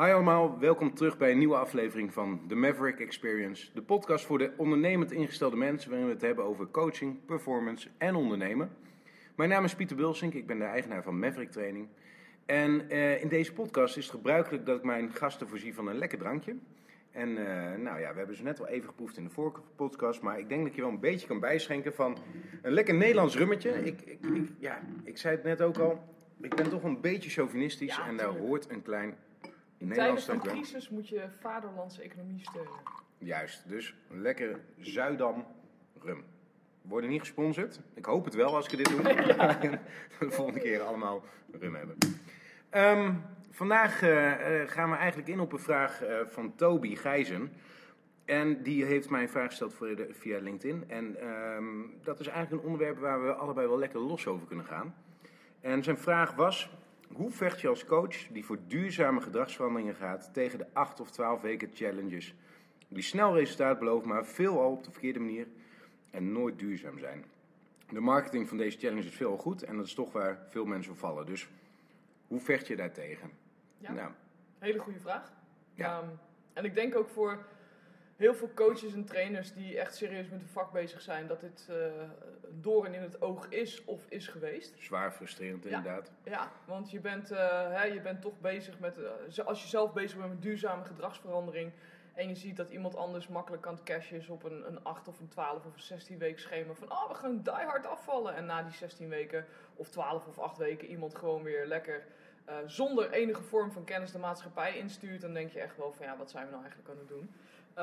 Hi allemaal, welkom terug bij een nieuwe aflevering van The Maverick Experience. De podcast voor de ondernemend ingestelde mensen waarin we het hebben over coaching, performance en ondernemen. Mijn naam is Pieter Bulsink, ik ben de eigenaar van Maverick Training. En in deze podcast is het gebruikelijk dat ik mijn gasten voorzie van een lekker drankje. En we hebben ze net al even geproefd in de vorige podcast, maar ik denk dat je wel een beetje kan bijschenken van een lekker Nederlands rummetje. Ik zei het net ook al, ik ben toch een beetje chauvinistisch en daar hoort een klein in tijden van crisis moet je vaderlandse economie steunen. Juist, dus een lekker Zuidam rum. We worden niet gesponsord. Ik hoop het wel als ik dit doe. De volgende keer allemaal rum hebben. Vandaag gaan we eigenlijk in op een vraag van Toby Gijzen. En die heeft mij een vraag gesteld via LinkedIn. En dat is eigenlijk een onderwerp waar we allebei wel lekker los over kunnen gaan. En zijn vraag was: hoe vecht je als coach die voor duurzame gedragsveranderingen gaat tegen de 8 of 12 weken challenges die snel resultaat beloven, maar veelal op de verkeerde manier en nooit duurzaam zijn? De marketing van deze challenge is veelal goed en dat is toch waar veel mensen voor vallen. Dus hoe vecht je daartegen? Ja, hele goede vraag. Ja. En ik denk ook voor heel veel coaches en trainers die echt serieus met hun vak bezig zijn, dat dit een doorn in het oog is of is geweest. Zwaar frustrerend inderdaad. Ja, want je bent toch bezig met, als je zelf bezig bent met duurzame gedragsverandering en je ziet dat iemand anders makkelijk aan het cashen is op een 8 of een 12 of een 16 week schema van we gaan die hard afvallen. En na die 16 weken of 12 of 8 weken iemand gewoon weer lekker zonder enige vorm van kennis de maatschappij instuurt, dan denk je echt wel van wat zijn we nou eigenlijk aan het doen?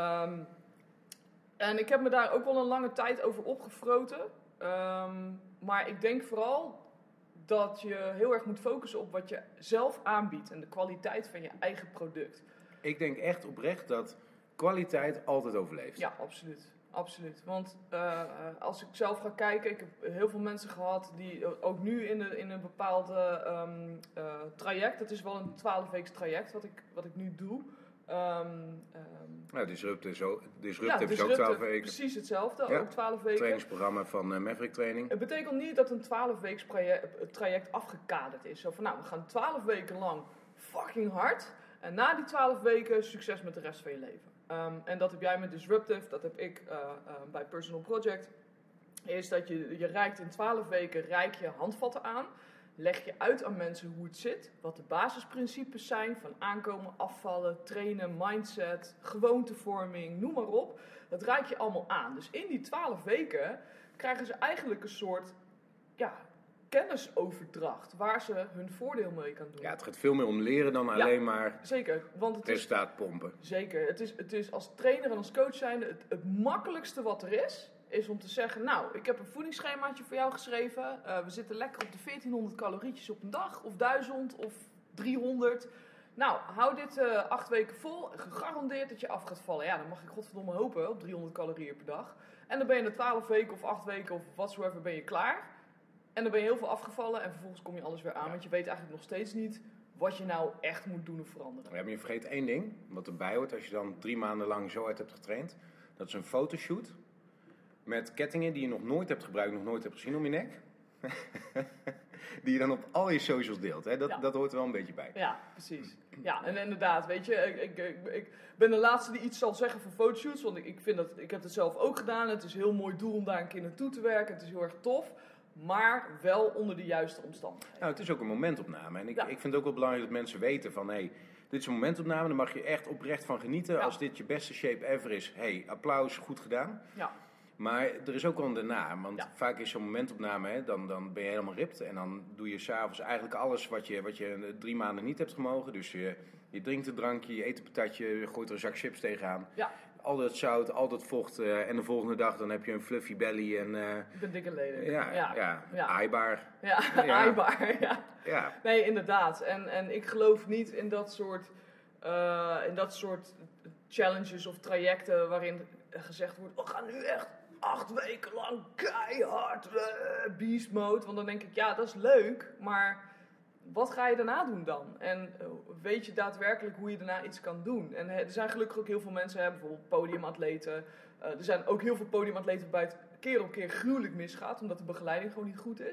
En ik heb me daar ook wel een lange tijd over opgefroten. Maar ik denk vooral dat je heel erg moet focussen op wat je zelf aanbiedt en de kwaliteit van je eigen product. Ik denk echt oprecht dat kwaliteit altijd overleeft. Ja, absoluut. Want als ik zelf ga kijken, ik heb heel veel mensen gehad die ook nu in een bepaalde traject, het is wel een 12-weeks traject wat ik nu doe. Disrupt is ook 12 weken. Precies hetzelfde, ook 12 weken. Trainingsprogramma van Maverick Training. Het betekent niet dat een 12-weeks traject afgekaderd is. Zo van, we gaan 12 weken lang fucking hard. En na die 12 weken succes met de rest van je leven. En dat heb jij met Disruptive, dat heb ik bij Personal Project. Is dat je reikt in 12 weken je handvatten aan. Leg je uit aan mensen hoe het zit, wat de basisprincipes zijn van aankomen, afvallen, trainen, mindset, gewoontevorming, noem maar op. Dat reik je allemaal aan. Dus in die 12 weken krijgen ze eigenlijk een soort kennisoverdracht waar ze hun voordeel mee kan doen. Ja, het gaat veel meer om leren dan alleen maar zeker, want het resultaat pompen. Zeker, het is als trainer en als coach zijnde het makkelijkste wat er is om te zeggen, ik heb een voedingsschemaatje voor jou geschreven. We zitten lekker op de 1400 calorietjes op een dag, of 1000, of 300. Hou dit 8 weken vol, gegarandeerd dat je af gaat vallen. Ja, dan mag ik godverdomme hopen op 300 calorieën per dag. En dan ben je na 12 weken of 8 weken of whatsoever ben je klaar. En dan ben je heel veel afgevallen en vervolgens kom je alles weer aan, want je weet eigenlijk nog steeds niet wat je nou echt moet doen of veranderen. Maar je vergeet één ding, wat erbij hoort als je dan 3 maanden lang zo hard hebt getraind. Dat is een fotoshoot met kettingen die je nog nooit hebt gebruikt, nog nooit hebt gezien om je nek. Die je dan op al je socials deelt. Hè? Dat hoort er wel een beetje bij. Ja, precies. Ja, en inderdaad, weet je, ik ben de laatste die iets zal zeggen voor fotoshoots, want ik heb het zelf ook gedaan. Het is een heel mooi doel om daar een keer naartoe te werken. Het is heel erg tof. Maar wel onder de juiste omstandigheden. Het is ook een momentopname. En ik vind het ook wel belangrijk dat mensen weten van, dit is een momentopname, daar mag je echt oprecht van genieten. Ja. Als dit je beste shape ever is, applaus, goed gedaan. Ja. Maar er is ook wel een daarna, want vaak is zo'n momentopname, dan ben je helemaal ripped. En dan doe je s'avonds eigenlijk alles wat je 3 maanden niet hebt gemogen. Dus je drinkt een drankje, je eet een patatje, je gooit er een zak chips tegenaan. Ja. Al dat zout, al dat vocht. En de volgende dag dan heb je een fluffy belly. En, ik ben dikke leden. Aaibaar. Ja, aaibaar. Ja. Nee, inderdaad. En ik geloof niet in dat soort challenges of trajecten waarin gezegd wordt, we gaan nu echt 8 weken lang keihard beast mode. Want dan denk ik, dat is leuk, maar wat ga je daarna doen dan? En weet je daadwerkelijk hoe je daarna iets kan doen? En er zijn gelukkig ook heel veel mensen, bijvoorbeeld podiumatleten. Er zijn ook heel veel podiumatleten waarbij het keer op keer gruwelijk misgaat, omdat de begeleiding gewoon niet goed is.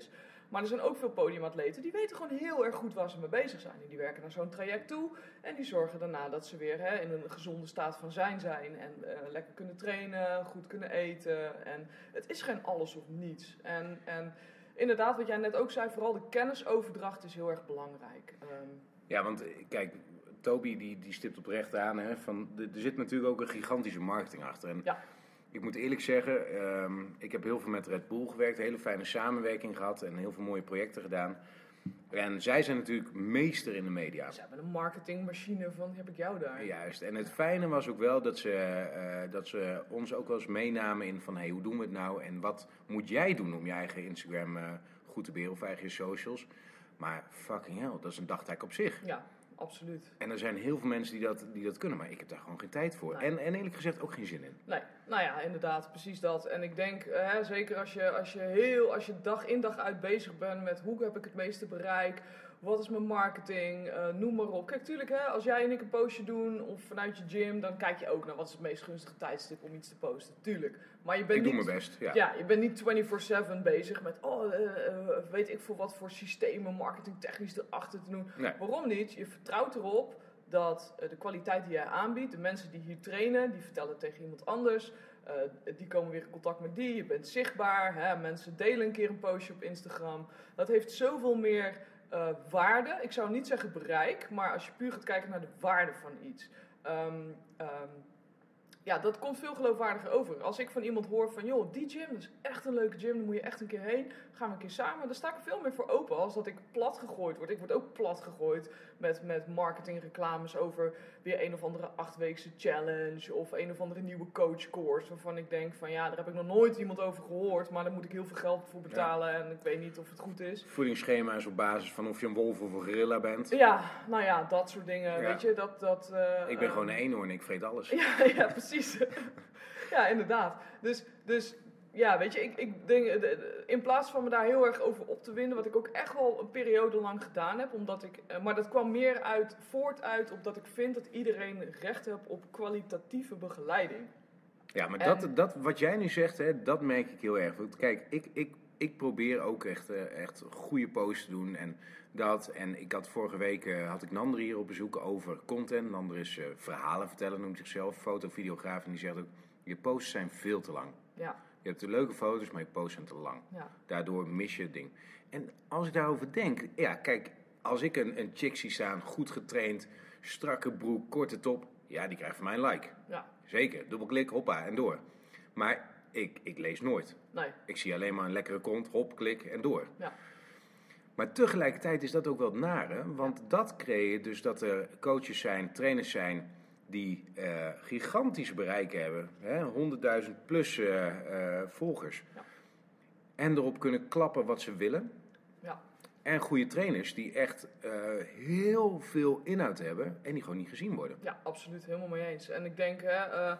Maar er zijn ook veel podiumatleten die weten gewoon heel erg goed waar ze mee bezig zijn. En die werken naar zo'n traject toe en die zorgen daarna dat ze weer in een gezonde staat van zijn en lekker kunnen trainen, goed kunnen eten. En het is geen alles of niets. En inderdaad, wat jij net ook zei, vooral de kennisoverdracht is heel erg belangrijk. Ja, want kijk, Toby die stipt oprecht aan, hè, er zit natuurlijk ook een gigantische marketing achter. En ja. Ik moet eerlijk zeggen, ik heb heel veel met Red Bull gewerkt, een hele fijne samenwerking gehad en heel veel mooie projecten gedaan. En zij zijn natuurlijk meester in de media. Ze hebben een marketingmachine van, heb ik jou daar. Juist, en het fijne was ook wel dat ze ons ook wel eens meenamen in van, hey, hoe doen we het nou en wat moet jij doen om je eigen Instagram goed te beheren of eigen socials. Maar fucking hell, dat is een dagtaak op zich. Ja, absoluut. En er zijn heel veel mensen die dat kunnen, maar ik heb daar gewoon geen tijd voor. Nee. En eerlijk gezegd ook geen zin in. Nee, nou ja, inderdaad, precies dat. En ik denk, zeker als je dag in dag uit bezig bent met hoe heb ik het meeste bereik, wat is mijn marketing, noem maar op. Kijk, tuurlijk, als jij en ik een postje doen of vanuit je gym, dan kijk je ook naar wat is het meest gunstige tijdstip om iets te posten. Tuurlijk. Maar je bent doe mijn best, ja. Ja, je bent niet 24/7 bezig met, weet ik veel wat voor systemen, marketingtechnisch erachter te doen. Nee. Waarom niet? Je vertrouwt erop dat de kwaliteit die jij aanbiedt, de mensen die hier trainen, die vertellen het tegen iemand anders. Die komen weer in contact met die, je bent zichtbaar. Mensen delen een keer een postje op Instagram. Dat heeft zoveel meer waarde. Ik zou niet zeggen bereik, maar als je puur gaat kijken naar de waarde van iets. Ja, dat komt veel geloofwaardiger over. Als ik van iemand hoor van, joh, die gym, dat is echt een leuke gym, daar moet je echt een keer heen. Gaan we een keer samen. Dan sta ik er veel meer voor open als dat ik plat gegooid word. Ik word ook plat gegooid met marketingreclames over weer een of andere 8-weekse challenge of een of andere nieuwe coachcourse. Waarvan ik denk van, ja, daar heb ik nog nooit iemand over gehoord, maar daar moet ik heel veel geld voor betalen en ik weet niet of het goed is. Voedingsschema's op basis van of je een wolf of een gorilla bent. Ja, nou ja, dat soort dingen, Ja. weet je. Ik ben gewoon een eenhoorn, ik vreet alles. Ja, precies. Ja, inderdaad. Dus ja, weet je, ik denk, in plaats van me daar heel erg over op te winden, wat ik ook echt wel een periode lang gedaan heb, maar dat kwam meer voort uit op dat ik vind dat iedereen recht heeft op kwalitatieve begeleiding. Ja, maar dat wat jij nu zegt, hè, dat merk ik heel erg. Want kijk, ik probeer ook echt goede posts te doen en dat. En ik had vorige week had ik Nander hier op bezoek over content. Nander is verhalen vertellen, noemt zichzelf, fotovideograaf. En die zegt ook, je posts zijn veel te lang. Ja. Je hebt de leuke foto's, maar je posts zijn te lang. Ja. Daardoor mis je het ding. En als ik daarover denk, ja, kijk, als ik een chick zie staan, goed getraind, strakke broek, korte top, ja, die krijgt van mij een like. Ja. Zeker, dubbelklik, hoppa en door. Maar ik lees nooit. Nee. Ik zie alleen maar een lekkere kont, hop, klik en door. Ja. Maar tegelijkertijd is dat ook wel het nare, want dat creëert dus dat er coaches zijn, trainers zijn die gigantisch bereik hebben, 100.000 plus volgers. Ja. En erop kunnen klappen wat ze willen. Ja. En goede trainers die echt heel veel inhoud hebben en die gewoon niet gezien worden. Ja, absoluut. Helemaal mee eens. En ik denk,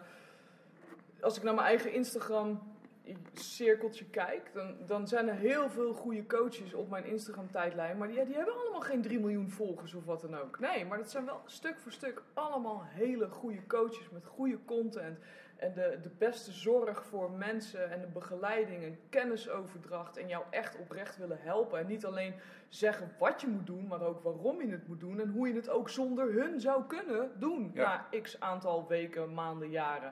als ik naar mijn eigen Instagram cirkeltje kijk, dan zijn er heel veel goede coaches op mijn Instagram tijdlijn, maar die hebben allemaal geen 3 miljoen volgers of wat dan ook. Nee, maar dat zijn wel stuk voor stuk allemaal hele goede coaches met goede content en de beste zorg voor mensen en de begeleiding en kennisoverdracht en jou echt oprecht willen helpen en niet alleen zeggen wat je moet doen, maar ook waarom je het moet doen en hoe je het ook zonder hun zou kunnen doen na x aantal weken, maanden, jaren.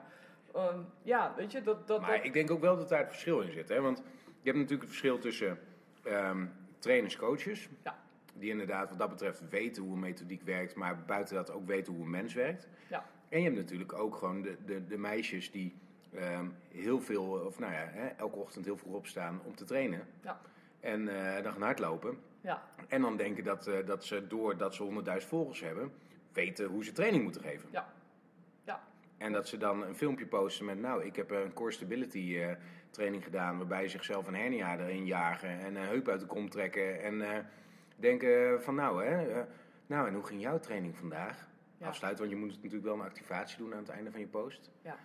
Ja, weet je, Maar ik denk ook wel dat daar het verschil in zit. Hè? Want je hebt natuurlijk het verschil tussen trainers, coaches. Ja. Die inderdaad wat dat betreft weten hoe een methodiek werkt. Maar buiten dat ook weten hoe een mens werkt. Ja. En je hebt natuurlijk ook gewoon de meisjes die heel veel, of nou ja, elke ochtend heel vroeg opstaan om te trainen. Ja. En dan gaan hardlopen. Ja. En dan denken dat ze doordat ze 100.000 volgers hebben, weten hoe ze training moeten geven. Ja. Ja. En dat ze dan een filmpje posten met, nou, ik heb een core stability training gedaan, waarbij je zichzelf een hernia erin jagen en een heup uit de kom trekken en denken van, nou, en hoe ging jouw training vandaag? Ja. Afsluiten, want je moet natuurlijk wel een activatie doen aan het einde van je post. Ja.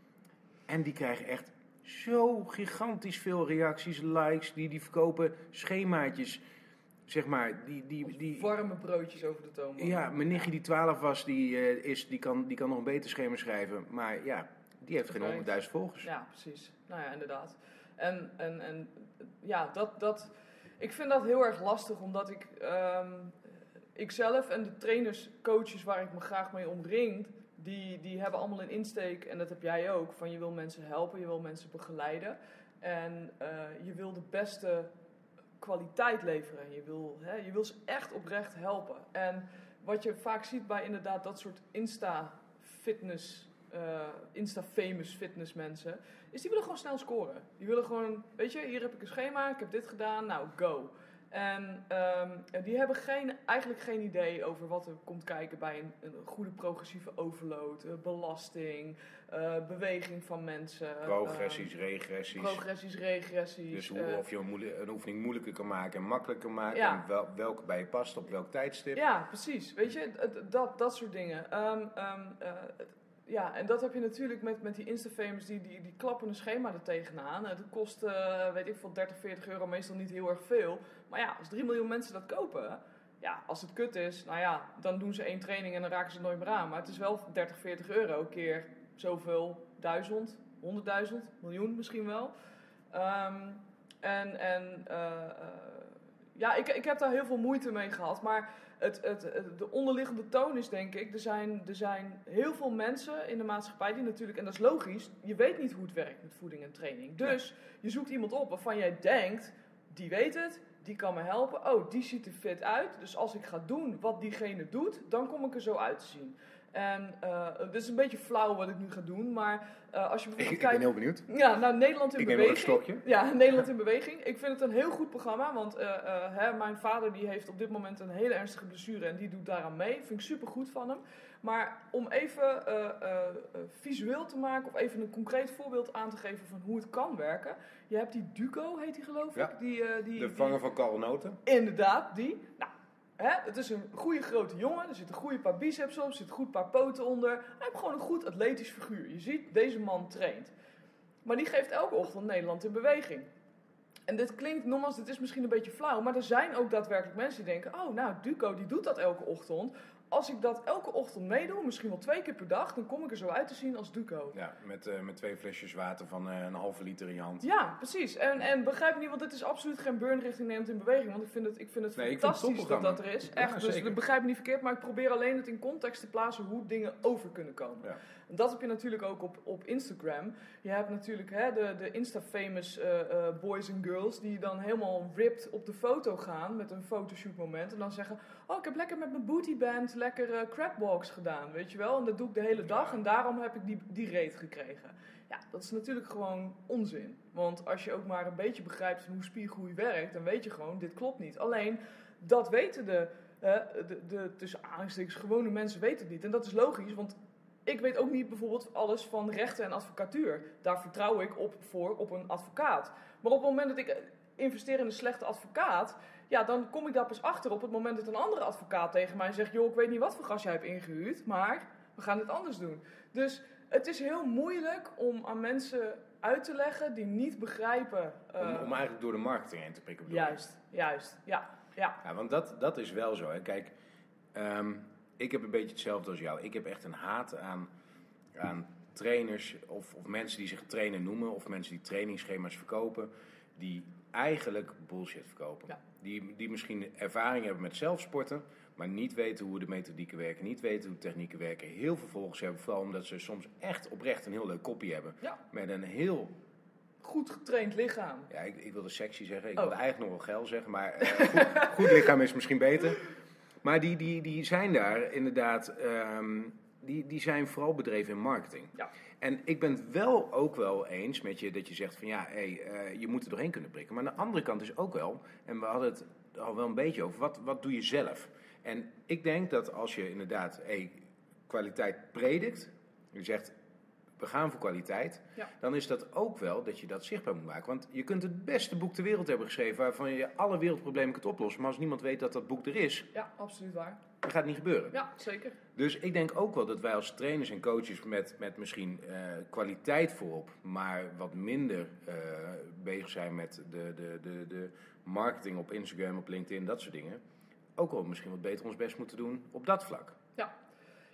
En die krijgen echt zo gigantisch veel reacties, likes, die verkopen schemaatjes, zeg maar, die warme broodjes over de toonbank. Ja, mijn nichtje die 12 was, die kan nog een beter schema schrijven. Maar ja, die heeft geen 100.000 volgers. Ja, precies. Nou ja, inderdaad. En ja, dat Ik vind dat heel erg lastig, omdat ikzelf en de trainers, coaches waar ik me graag mee omring, die hebben allemaal een insteek, en dat heb jij ook, van je wil mensen helpen, je wil mensen begeleiden. En je wil de beste kwaliteit leveren. Je wil ze echt oprecht helpen. En wat je vaak ziet bij inderdaad dat soort Insta-famous fitness mensen, is die willen gewoon snel scoren. Die willen gewoon, weet je, hier heb ik een schema, ik heb dit gedaan, nou go. En die hebben eigenlijk geen idee over wat er komt kijken bij een goede progressieve overload, belasting, beweging van mensen. Progressies, regressies. Regressies. Dus of je een oefening moeilijker kan maken en makkelijker maken. En welke bij je past op welk tijdstip. Ja, precies. Weet je, dat soort dingen. En dat heb je natuurlijk met die Insta-famous, die klappen een schema er tegenaan. Het kost, weet ik veel, 30, 40 euro, meestal niet heel erg veel. Maar ja, als 3 miljoen mensen dat kopen, ja, als het kut is, nou ja, dan doen ze 1 training en dan raken ze het nooit meer aan. Maar het is wel 30, 40 euro keer zoveel, 1000, 100.000, miljoen misschien wel. Ik heb daar heel veel moeite mee gehad, maar de onderliggende toon is, denk ik, er zijn heel veel mensen in de maatschappij die natuurlijk, en dat is logisch, je weet niet hoe het werkt met voeding en training. Dus je zoekt iemand op waarvan jij denkt, die weet het, die kan me helpen, oh, die ziet er fit uit, dus als ik ga doen wat diegene doet, dan kom ik er zo uit te zien. En het is een beetje flauw wat ik nu ga doen, maar als je bijvoorbeeld kijkt... Ik ben heel benieuwd. Ja, nou, Nederland in Beweging. Ik neem ook een stokje. Ja, Nederland in Beweging. Ik vind het een heel goed programma, want mijn vader die heeft op dit moment een hele ernstige blessure en die doet daaraan mee. Vind ik super goed van hem. Maar om even visueel te maken of even een concreet voorbeeld aan te geven van hoe het kan werken. Je hebt die Duco, heet die geloof ik. De vanger van Karl Noten. Inderdaad, die. Nou, het is een goede grote jongen, er zitten een goede paar biceps op, er zitten een goed paar poten onder. Hij heeft gewoon een goed atletisch figuur. Je ziet, deze man traint. Maar die geeft elke ochtend Nederland in Beweging. En dit klinkt, nogmaals, dit is misschien een beetje flauw, maar er zijn ook daadwerkelijk mensen die denken, oh nou, Duco die doet dat elke ochtend. Als ik dat elke ochtend meedoe, misschien wel 2 keer per dag, dan kom ik er zo uit te zien als Duco. Ja, met 2 flesjes water van een halve liter in je hand. Ja, precies. En begrijp me niet, want dit is absoluut geen burn richting Nederland in Beweging. Want ik vind het fantastisch dat er is. Echt, dus begrijp me niet verkeerd, maar ik probeer alleen het in context te plaatsen hoe dingen over kunnen komen. Ja. En dat heb je natuurlijk ook op Instagram. Je hebt natuurlijk de Insta-famous boys en girls die dan helemaal ripped op de foto gaan met een fotoshoot moment. En dan zeggen, oh, ik heb lekker met mijn bootyband lekker crabwalks gedaan, weet je wel. En dat doe ik de hele dag en daarom heb ik die reet gekregen. Ja, dat is natuurlijk gewoon onzin. Want als je ook maar een beetje begrijpt van hoe spiergroei werkt, dan weet je gewoon, dit klopt niet. Alleen, dat weten de tussen aanhalingstekens gewone mensen weten het niet. En dat is logisch, want ik weet ook niet bijvoorbeeld alles van rechten en advocatuur. Daar vertrouw ik op een advocaat. Maar op het moment dat ik investeer in een slechte advocaat, ja, dan kom ik daar pas achter op het moment dat een andere advocaat tegen mij zegt, joh, ik weet niet wat voor gas jij hebt ingehuurd, maar we gaan het anders doen. Dus het is heel moeilijk om aan mensen uit te leggen die niet begrijpen. Om eigenlijk door de marketing heen te prikken. Juist, ja. Ja, want dat is wel zo. Hè. Kijk, ik heb een beetje hetzelfde als jou. Ik heb echt een haat aan trainers of mensen die zich trainer noemen, of mensen die trainingsschema's verkopen, die eigenlijk bullshit verkopen. Ja. Die misschien ervaring hebben met zelfsporten, maar niet weten hoe de methodieken werken, niet weten hoe technieken werken. Heel veel volgers hebben, vooral omdat ze soms echt oprecht een heel leuk kopje hebben. Ja. Met een heel goed getraind lichaam. Ja, ik wilde sexy zeggen. Ik wilde eigenlijk nog wel geil zeggen, maar goed lichaam is misschien beter. Maar die zijn daar inderdaad, die zijn vooral bedreven in marketing. Ja. En ik ben het ook wel eens met je dat je zegt van ja, je moet er doorheen kunnen prikken. Maar aan de andere kant is ook wel, en we hadden het al wel een beetje over, wat doe je zelf? En ik denk dat als je inderdaad kwaliteit predikt, je zegt we gaan voor kwaliteit, dan is dat ook wel dat je dat zichtbaar moet maken. Want je kunt het beste boek ter wereld hebben geschreven waarvan je alle wereldproblemen kunt oplossen. Maar als niemand weet dat dat boek er is, ja, absoluut waar, dan gaat het niet gebeuren. Ja, zeker. Dus ik denk ook wel dat wij als trainers en coaches met misschien kwaliteit voorop, maar wat minder bezig zijn met de marketing op Instagram, op LinkedIn, dat soort dingen, ook wel misschien wat beter ons best moeten doen op dat vlak.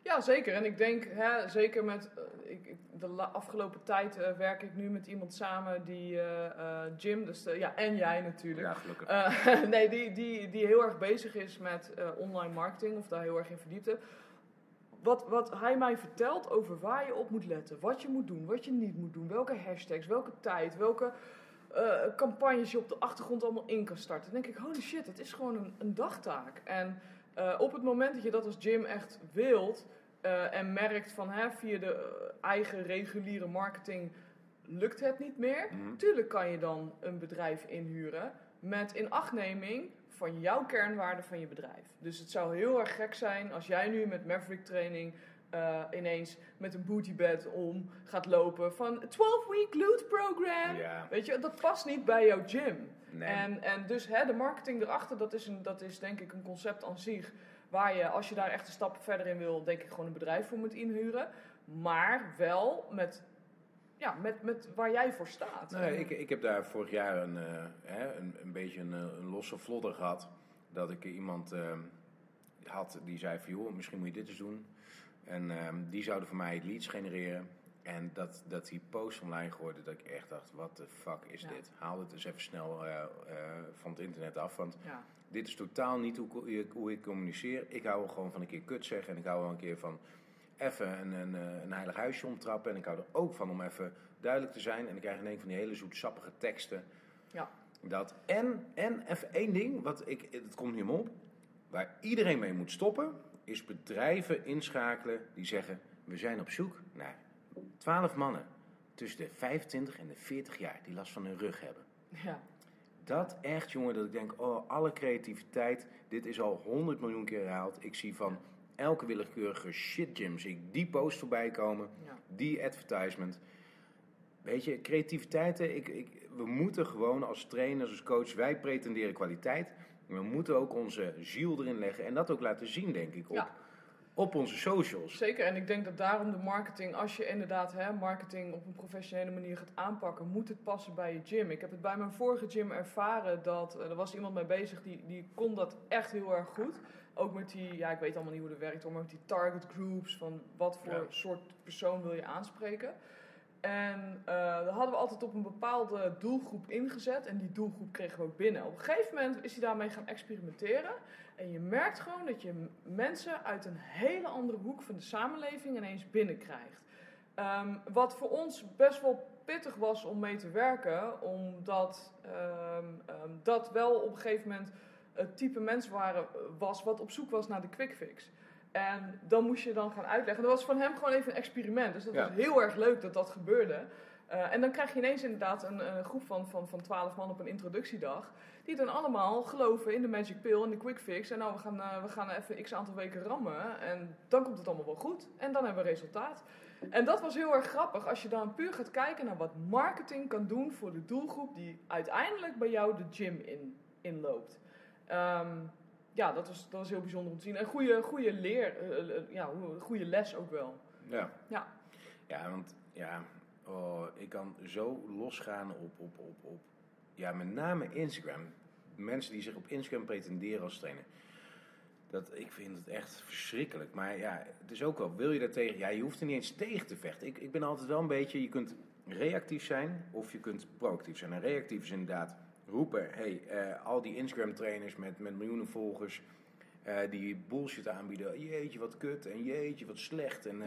Ja, zeker. En ik denk, zeker met... de afgelopen tijd werk ik nu met iemand samen die Jim, dus en jij natuurlijk. Ja, gelukkig. Nee, die heel erg bezig is met online marketing, of daar heel erg in verdiepte. Wat hij mij vertelt over waar je op moet letten, wat je moet doen, wat je niet moet doen, welke hashtags, welke tijd, welke campagnes je op de achtergrond allemaal in kan starten. Dan denk ik, holy shit, het is gewoon een dagtaak. En op het moment dat je dat als Jim echt wilt en merkt van via de eigen reguliere marketing lukt het niet meer. Tuurlijk kan je dan een bedrijf inhuren met inachtneming van jouw kernwaarde van je bedrijf. Dus het zou heel erg gek zijn als jij nu met Maverick Training ineens met een bootybed om gaat lopen van 12-week glute program. Ja. Weet je, dat past niet bij jouw gym. Nee. En dus de marketing erachter, dat is denk ik een concept aan zich waar je, als je daar echt een stap verder in wil, denk ik gewoon een bedrijf voor moet inhuren. Maar wel met waar jij voor staat. Nee, ik heb daar vorig jaar een beetje een losse vlodder gehad. Dat ik iemand had die zei van joh, misschien moet je dit eens doen. En die zouden voor mij leads genereren. En dat die post online gooide, dat ik echt dacht, what the fuck is dit? Haal het eens even snel van het internet af. Want dit is totaal niet hoe ik communiceer. Ik hou er gewoon van een keer kut zeggen. En ik hou wel een keer van even een heilig huisje omtrappen. En ik hou er ook van om even duidelijk te zijn. En ik krijg in één van die hele zoetsappige teksten. Ja. Dat. En even één ding, het komt niet meer op. Waar iedereen mee moet stoppen, is bedrijven inschakelen die zeggen, we zijn op zoek naar 12 mannen tussen de 25 en de 40 jaar die last van hun rug hebben. Ja. Dat echt, jongen, dat ik denk, alle creativiteit, dit is al 100 miljoen keer herhaald. Ik zie van elke willekeurige shit gym, zie ik die post voorbij komen, die advertisement. Weet je, creativiteit, we moeten gewoon als trainers, als coach, wij pretenderen kwaliteit. We moeten ook onze ziel erin leggen en dat ook laten zien, denk ik, op onze socials. Zeker, en ik denk dat daarom de marketing, als je inderdaad marketing op een professionele manier gaat aanpakken, moet het passen bij je gym. Ik heb het bij mijn vorige gym ervaren dat er was iemand mee bezig die kon dat echt heel erg goed. Ook met die, ik weet allemaal niet hoe dat werkt, maar met die target groups, van wat voor soort persoon wil je aanspreken. En dat hadden we altijd op een bepaalde doelgroep ingezet. En die doelgroep kregen we ook binnen. Op een gegeven moment is hij daarmee gaan experimenteren. En je merkt gewoon dat je mensen uit een hele andere hoek van de samenleving ineens binnenkrijgt. Wat voor ons best wel pittig was om mee te werken. Omdat dat wel op een gegeven moment het type mens was wat op zoek was naar de quick fix. En dan moest je dan gaan uitleggen. Dat was van hem gewoon even een experiment. Dus dat was heel erg leuk dat dat gebeurde. En dan krijg je ineens inderdaad een groep van 12 man op een introductiedag. Die dan allemaal geloven in de magic pill en de quick fix. En nou, we gaan even x aantal weken rammen. En dan komt het allemaal wel goed. En dan hebben we resultaat. En dat was heel erg grappig. Als je dan puur gaat kijken naar wat marketing kan doen voor de doelgroep die uiteindelijk bij jou de gym inloopt. Dat was heel bijzonder om te zien. En goede les ook wel. Ja. Ja, want ik kan zo losgaan op met name Instagram. Mensen die zich op Instagram pretenderen als trainer. Ik vind het echt verschrikkelijk. Maar het is ook wel, wil je daar tegen? Je hoeft er niet eens tegen te vechten. Ik ben altijd wel een beetje, je kunt reactief zijn of je kunt proactief zijn. En reactief is inderdaad roepen, al die Instagram trainers met miljoenen volgers die bullshit aanbieden. Jeetje wat kut en jeetje wat slecht en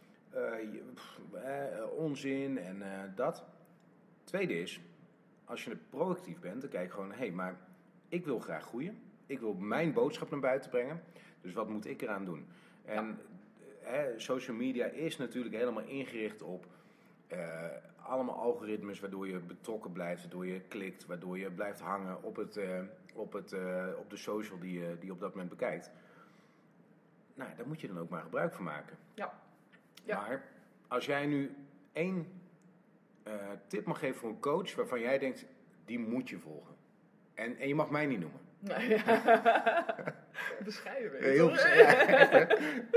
onzin en dat. Tweede is, als je proactief bent, dan kijk je gewoon, maar ik wil graag groeien. Ik wil mijn boodschap naar buiten brengen. Dus wat moet ik eraan doen? En social media is natuurlijk helemaal ingericht op allemaal algoritmes waardoor je betrokken blijft, waardoor je klikt, waardoor je blijft hangen op de social die je op dat moment bekijkt. Nou, daar moet je dan ook maar gebruik van maken. Ja. Maar als jij nu 1 tip mag geven voor een coach waarvan jij denkt, die moet je volgen. En je mag mij niet noemen. Nee. Bescheiden. Heel bescheiden.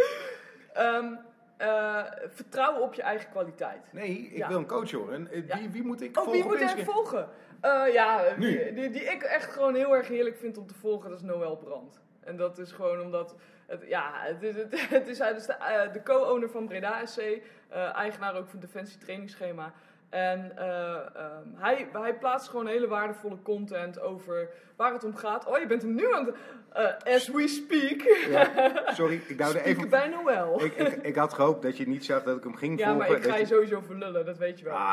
Vertrouwen op je eigen kwaliteit. Nee, ik wil een coach horen. Wie moet ik volgen? Wie moet ik volgen? Die ik echt gewoon heel erg heerlijk vind om te volgen, dat is Noël Brand. En dat is gewoon omdat... Het is hij dus de co-owner van Breda SC. Eigenaar ook van Defensie Trainingsschema. En hij plaatst gewoon hele waardevolle content over waar het om gaat. Oh, je bent hem nu aan het... as we speak. Ja, sorry, ik wou er even... bij Noël. Ik had gehoopt dat je niet zag dat ik hem ging volgen. Ja, maar ik ga je sowieso verlullen, dat weet je wel.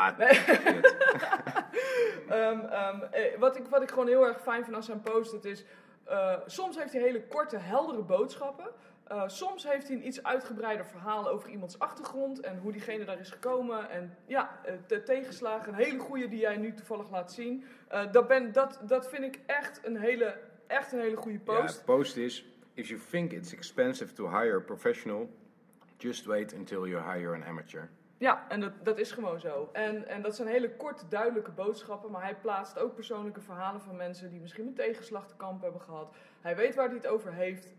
Wat ik gewoon heel erg fijn vind aan zijn post, het is... soms heeft hij hele korte, heldere boodschappen. Soms heeft hij een iets uitgebreider verhaal over iemands achtergrond en hoe diegene daar is gekomen. En ja, de tegenslagen, een hele goede die jij nu toevallig laat zien. Dat vind ik echt een hele goede post. Ja, de post is, if you think it's expensive to hire a professional, just wait until you hire an amateur. Ja, en dat is gewoon zo. En dat zijn hele korte, duidelijke boodschappen. Maar hij plaatst ook persoonlijke verhalen van mensen die misschien een tegenslag te kampen hebben gehad. Hij weet waar hij het over heeft.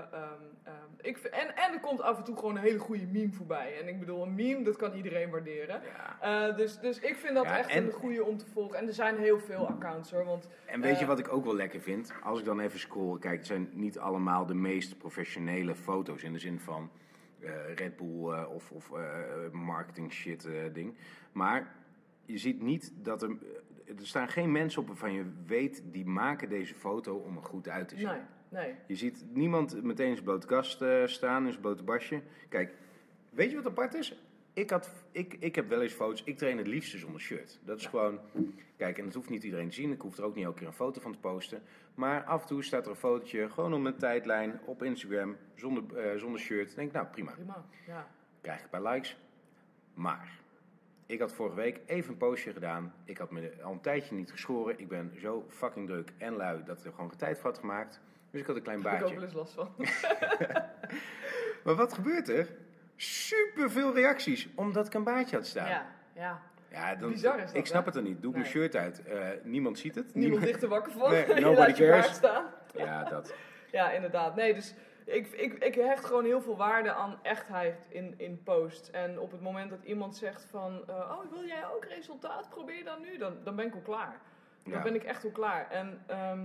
En er komt af en toe gewoon een hele goede meme voorbij. En ik bedoel, een meme, dat kan iedereen waarderen. Ja. Dus ik vind dat echt een goede om te volgen. En er zijn heel veel accounts hoor. En weet je wat ik ook wel lekker vind? Als ik dan even scroll, kijk, het zijn niet allemaal de meest professionele foto's. In de zin van... Red Bull of marketing shit ding. Maar je ziet niet dat er staan geen mensen op waarvan je weet, die maken deze foto om er goed uit te zien. Nee. Je ziet niemand meteen in zijn blote kast staan, in zijn blote basje. Kijk, weet je wat apart is? Ik heb wel eens foto's, ik train het liefste zonder shirt. Dat is gewoon, kijk, en dat hoeft niet iedereen te zien. Ik hoef er ook niet elke keer een foto van te posten. Maar af en toe staat er een fotootje, gewoon op mijn tijdlijn, op Instagram, zonder shirt. Dan denk ik, nou prima. Ja. Krijg ik een paar likes. Maar, ik had vorige week even een postje gedaan. Ik had me al een tijdje niet geschoren. Ik ben zo fucking druk en lui dat ik er gewoon geen tijd voor had gemaakt. Dus ik had een klein baardje. Daar heb ik ook wel eens last van. Maar wat gebeurt er? Super veel reacties, omdat ik een baardje had staan. Ja, dan, bizar is dat, ik snap het er niet. Doe ik mijn shirt uit. Niemand ziet het. Niemand ligt er wakker van. Nee, nobody laat je baard staan. Ja, dat. Ja, inderdaad. Nee, dus ik hecht gewoon heel veel waarde aan echtheid in posts. En op het moment dat iemand zegt van... wil jij ook resultaat? Probeer dan nu. Dan ben ik al klaar. Dan ben ik echt al klaar. En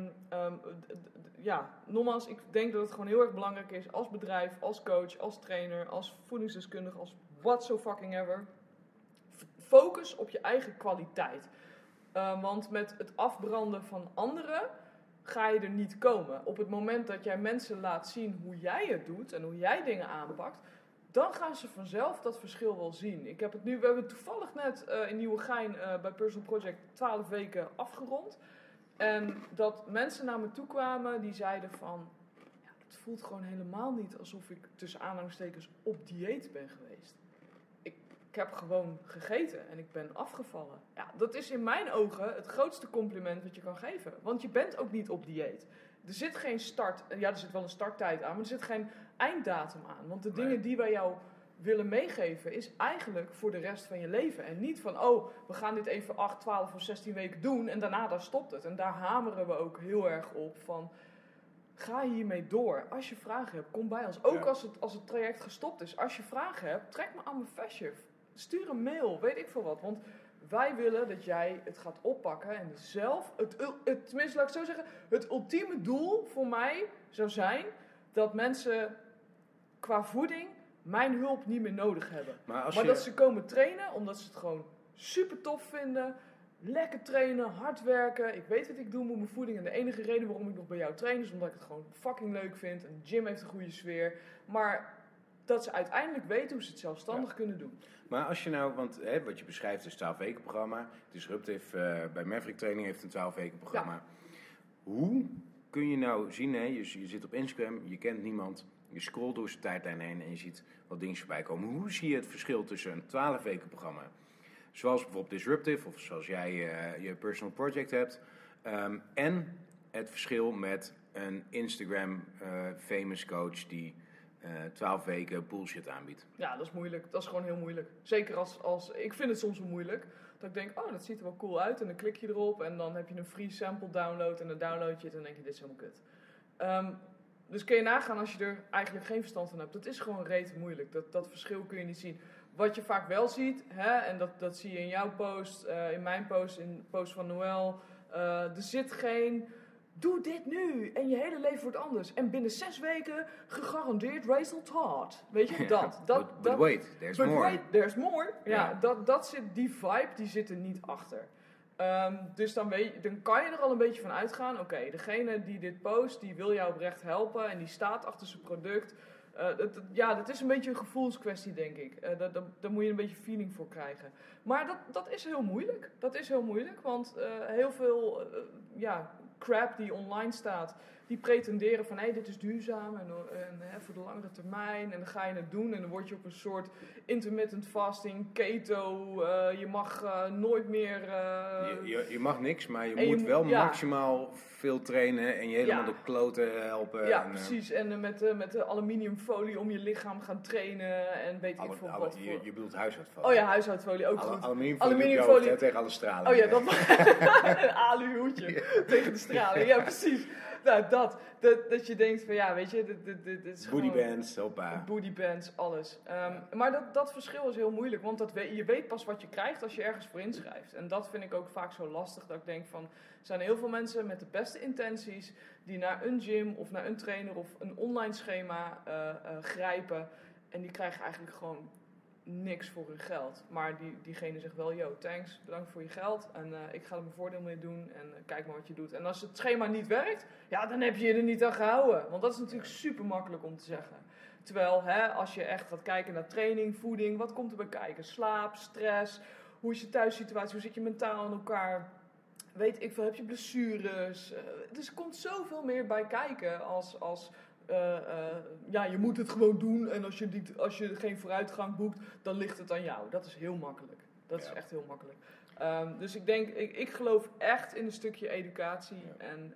nogmaals, ik denk dat het gewoon heel erg belangrijk is als bedrijf, als coach, als trainer, als voedingsdeskundige, als what so fucking ever. Focus op je eigen kwaliteit. Want met het afbranden van anderen ga je er niet komen. Op het moment dat jij mensen laat zien hoe jij het doet en hoe jij dingen aanpakt, dan gaan ze vanzelf dat verschil wel zien. We hebben toevallig net in Nieuwegein bij Personal Project 12 weken afgerond. En dat mensen naar me toe kwamen die zeiden van... Ja, het voelt gewoon helemaal niet alsof ik tussen aanhalingstekens op dieet ben geweest. Ik heb gewoon gegeten en ik ben afgevallen. Ja, dat is in mijn ogen het grootste compliment wat je kan geven. Want je bent ook niet op dieet. Er zit geen start... Ja, er zit wel een starttijd aan, maar er zit geen einddatum aan. Want de dingen die wij jou willen meegeven is eigenlijk voor de rest van je leven. En niet van, we gaan dit even 8, 12 of 16 weken doen en daarna daar stopt het. En daar hameren we ook heel erg op van... Ga hiermee door. Als je vragen hebt, kom bij ons. Ook als het traject gestopt is. Als je vragen hebt, trek me aan mijn vestje. Stuur een mail, weet ik veel wat. Want wij willen dat jij het gaat oppakken en zelf... Tenminste, laat ik zo zeggen, het ultieme doel voor mij zou zijn dat mensen qua voeding mijn hulp niet meer nodig hebben. Maar dat ze komen trainen omdat ze het gewoon super tof vinden. Lekker trainen, hard werken. Ik weet wat ik doe met mijn voeding. En de enige reden waarom ik nog bij jou train is omdat ik het gewoon fucking leuk vind. En de gym heeft een goede sfeer. Maar dat ze uiteindelijk weten hoe ze het zelfstandig kunnen doen. Maar als je nou, want wat je beschrijft is een 12-weken programma. Disruptive bij Maverick Training heeft een 12-weken programma. Ja. Hoe kun je nou zien, je zit op Instagram, je kent niemand. Je scrolt door zijn tijdlijn heen en je ziet wat dingen voorbij komen. Hoe zie je het verschil tussen een 12-weken programma, zoals bijvoorbeeld Disruptive of zoals jij je personal project hebt, en het verschil met een Instagram famous coach die 12 weken bullshit aanbiedt? Ja, dat is moeilijk. Dat is gewoon heel moeilijk. Zeker als ik vind het soms wel moeilijk. Dat ik denk, dat ziet er wel cool uit. En dan klik je erop en dan heb je een free sample download. En dan download je het en dan denk je, dit is helemaal kut. Dus kun je nagaan als je er eigenlijk geen verstand van hebt. Dat is gewoon rete moeilijk. Dat verschil kun je niet zien. Wat je vaak wel ziet, en dat zie je in jouw post, in mijn post, in de post van Noël. Er zit geen doe dit nu en je hele leven wordt anders. En binnen 6 weken gegarandeerd resultaat. Weet je, dat. But wait, there's more. Wait, there's more. Ja, die vibe die zit er niet achter. Dus dan kan je er al een beetje van uitgaan. Oké, degene die dit post, die wil jou oprecht helpen en die staat achter zijn product. Dat is een beetje een gevoelskwestie, denk ik. Daar moet je een beetje feeling voor krijgen. Maar dat is heel moeilijk. Dat is heel moeilijk, want heel veel crap die online staat, die pretenderen van dit is duurzaam en voor de langere termijn. En dan ga je het doen en dan word je op een soort intermittent fasting, keto. Je mag nooit meer... Je mag niks, maar je moet wel maximaal veel trainen en je helemaal de kloten helpen. Ja, precies. En met de aluminiumfolie om je lichaam gaan trainen en weet ik veel wat. Je bedoelt huishoudfolie. Oh ja, huishoudfolie, ook goed. Aluminiumfolie tegen alle stralen. Oh ja, dat een aluhoedje tegen de stralen. Ja, precies. Nou, dat je denkt van weet je, dit is booty bands, hoppa. Booty bands, alles. Maar dat verschil is heel moeilijk, want je weet pas wat je krijgt als je ergens voor inschrijft. En dat vind ik ook vaak zo lastig, dat ik denk van, er zijn heel veel mensen met de beste intenties die naar een gym of naar een trainer of een online schema grijpen. En die krijgen eigenlijk gewoon niks voor hun geld. Maar diegene zegt wel, thanks, bedankt voor je geld. En ik ga er mijn voordeel mee doen. En kijk maar wat je doet. En als het schema niet werkt, dan heb je je er niet aan gehouden. Want dat is natuurlijk super makkelijk om te zeggen. Terwijl, als je echt gaat kijken naar training, voeding, wat komt er bij kijken? Slaap, stress, hoe is je thuissituatie, hoe zit je mentaal in elkaar? Weet ik veel, heb je blessures? Dus er komt zoveel meer bij kijken als je moet het gewoon doen en als je geen vooruitgang boekt, dan ligt het aan jou. Dat is heel makkelijk. Dat is echt heel makkelijk. Dus ik denk, ik geloof echt in een stukje educatie en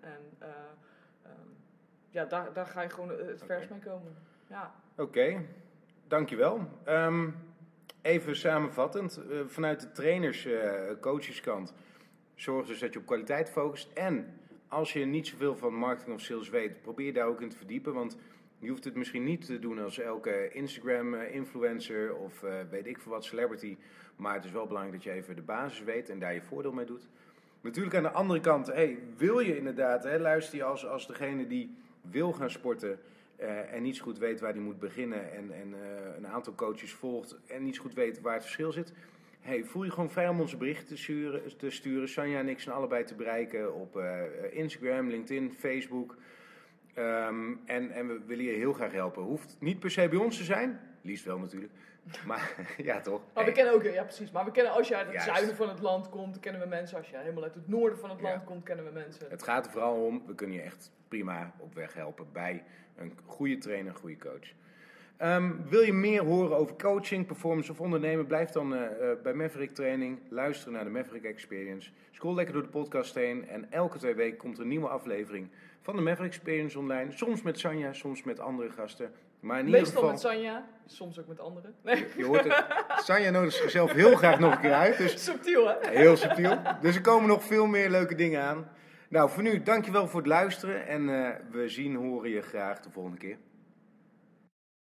daar ga je gewoon het vers mee komen. Ja. Oké, dankjewel. Even samenvattend, vanuit de trainers, coacheskant, zorg dus dat je op kwaliteit focust en als je niet zoveel van marketing of sales weet, probeer daar ook in te verdiepen. Want je hoeft het misschien niet te doen als elke Instagram-influencer of weet ik veel wat, celebrity. Maar het is wel belangrijk dat je even de basis weet en daar je voordeel mee doet. Natuurlijk aan de andere kant, wil je inderdaad, luister je als degene die wil gaan sporten en niet zo goed weet waar die moet beginnen en een aantal coaches volgt en niet zo goed weet waar het verschil zit. Voel je gewoon vrij om onze berichten te sturen. Sanja en ik zijn allebei te bereiken op Instagram, LinkedIn, Facebook. En we willen je heel graag helpen. Hoeft niet per se bij ons te zijn. Liefst wel natuurlijk. Maar ja, toch. Maar we kennen ook, precies. Maar we kennen als je uit het zuiden van het land komt, kennen we mensen. Als je helemaal uit het noorden van het land komt, kennen we mensen. Het gaat er vooral om, we kunnen je echt prima op weg helpen bij een goede trainer, een goede coach. Wil je meer horen over coaching, performance of ondernemen? Blijf dan bij Maverick Training. Luisteren naar de Maverick Experience. Scroll lekker door de podcast heen. En elke 2 weken komt er een nieuwe aflevering van de Maverick Experience online. Soms met Sanja, soms met andere gasten. Maar in ieder geval met Sanja, soms ook met anderen. Nee. Je hoort het. Sanja nodigt zichzelf heel graag nog een keer uit. Dus subtiel, hè? Heel subtiel. Dus er komen nog veel meer leuke dingen aan. Nou, voor nu, dankjewel voor het luisteren. En we horen je graag de volgende keer.